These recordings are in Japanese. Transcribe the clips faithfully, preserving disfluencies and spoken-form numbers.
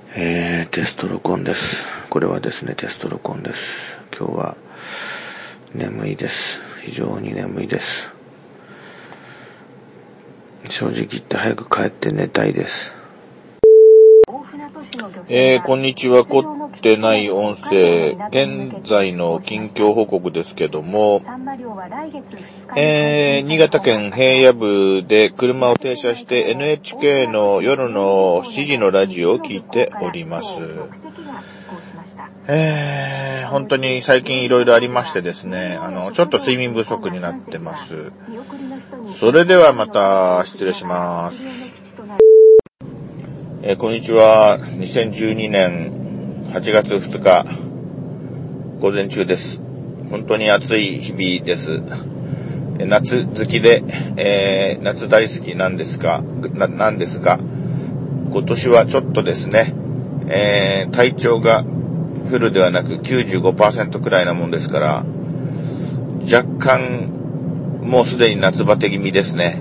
えー、テスト録音です。これはですね、テスト録音です。今日は眠いです。非常に眠いです。正直言って早く帰って寝たいです。えー、こんにちは。凝ってない音声。現在の近況報告ですけども、えー、新潟県平野部で車を停車して エヌエイチケー の夜のしちじのラジオを聞いております。えー、本当に最近いろいろありましてですね、あの、ちょっと睡眠不足になってます。それではまた失礼します。えー、こんにちは。にせんじゅうにねんはちがつふつか午前中です。本当に暑い日々です。夏好きで、えー、夏大好きなんですが、な、なんですが、今年はちょっとですね、えー、体調がフルではなく きゅうじゅうごパーセント くらいなもんですから、若干もうすでに夏バテ気味ですね。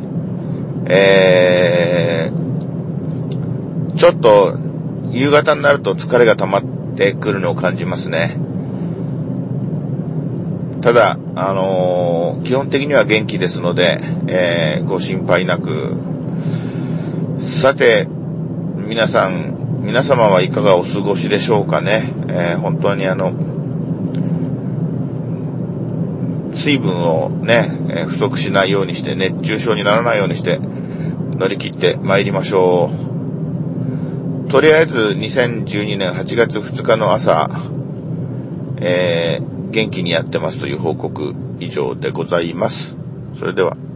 えー、ちょっと夕方になると疲れが溜まってくるのを感じますね。ただ、あのー、基本的には元気ですので、えー、ご心配なく。さて、皆さん、皆様はいかがお過ごしでしょうかね。えー、本当にあの、水分をね、えー、不足しないようにして、熱中症にならないようにして、乗り切って参りましょう。とりあえず、にせんじゅうにねんはちがつふつかの朝、えー、元気にやってますという報告以上でございます。それでは。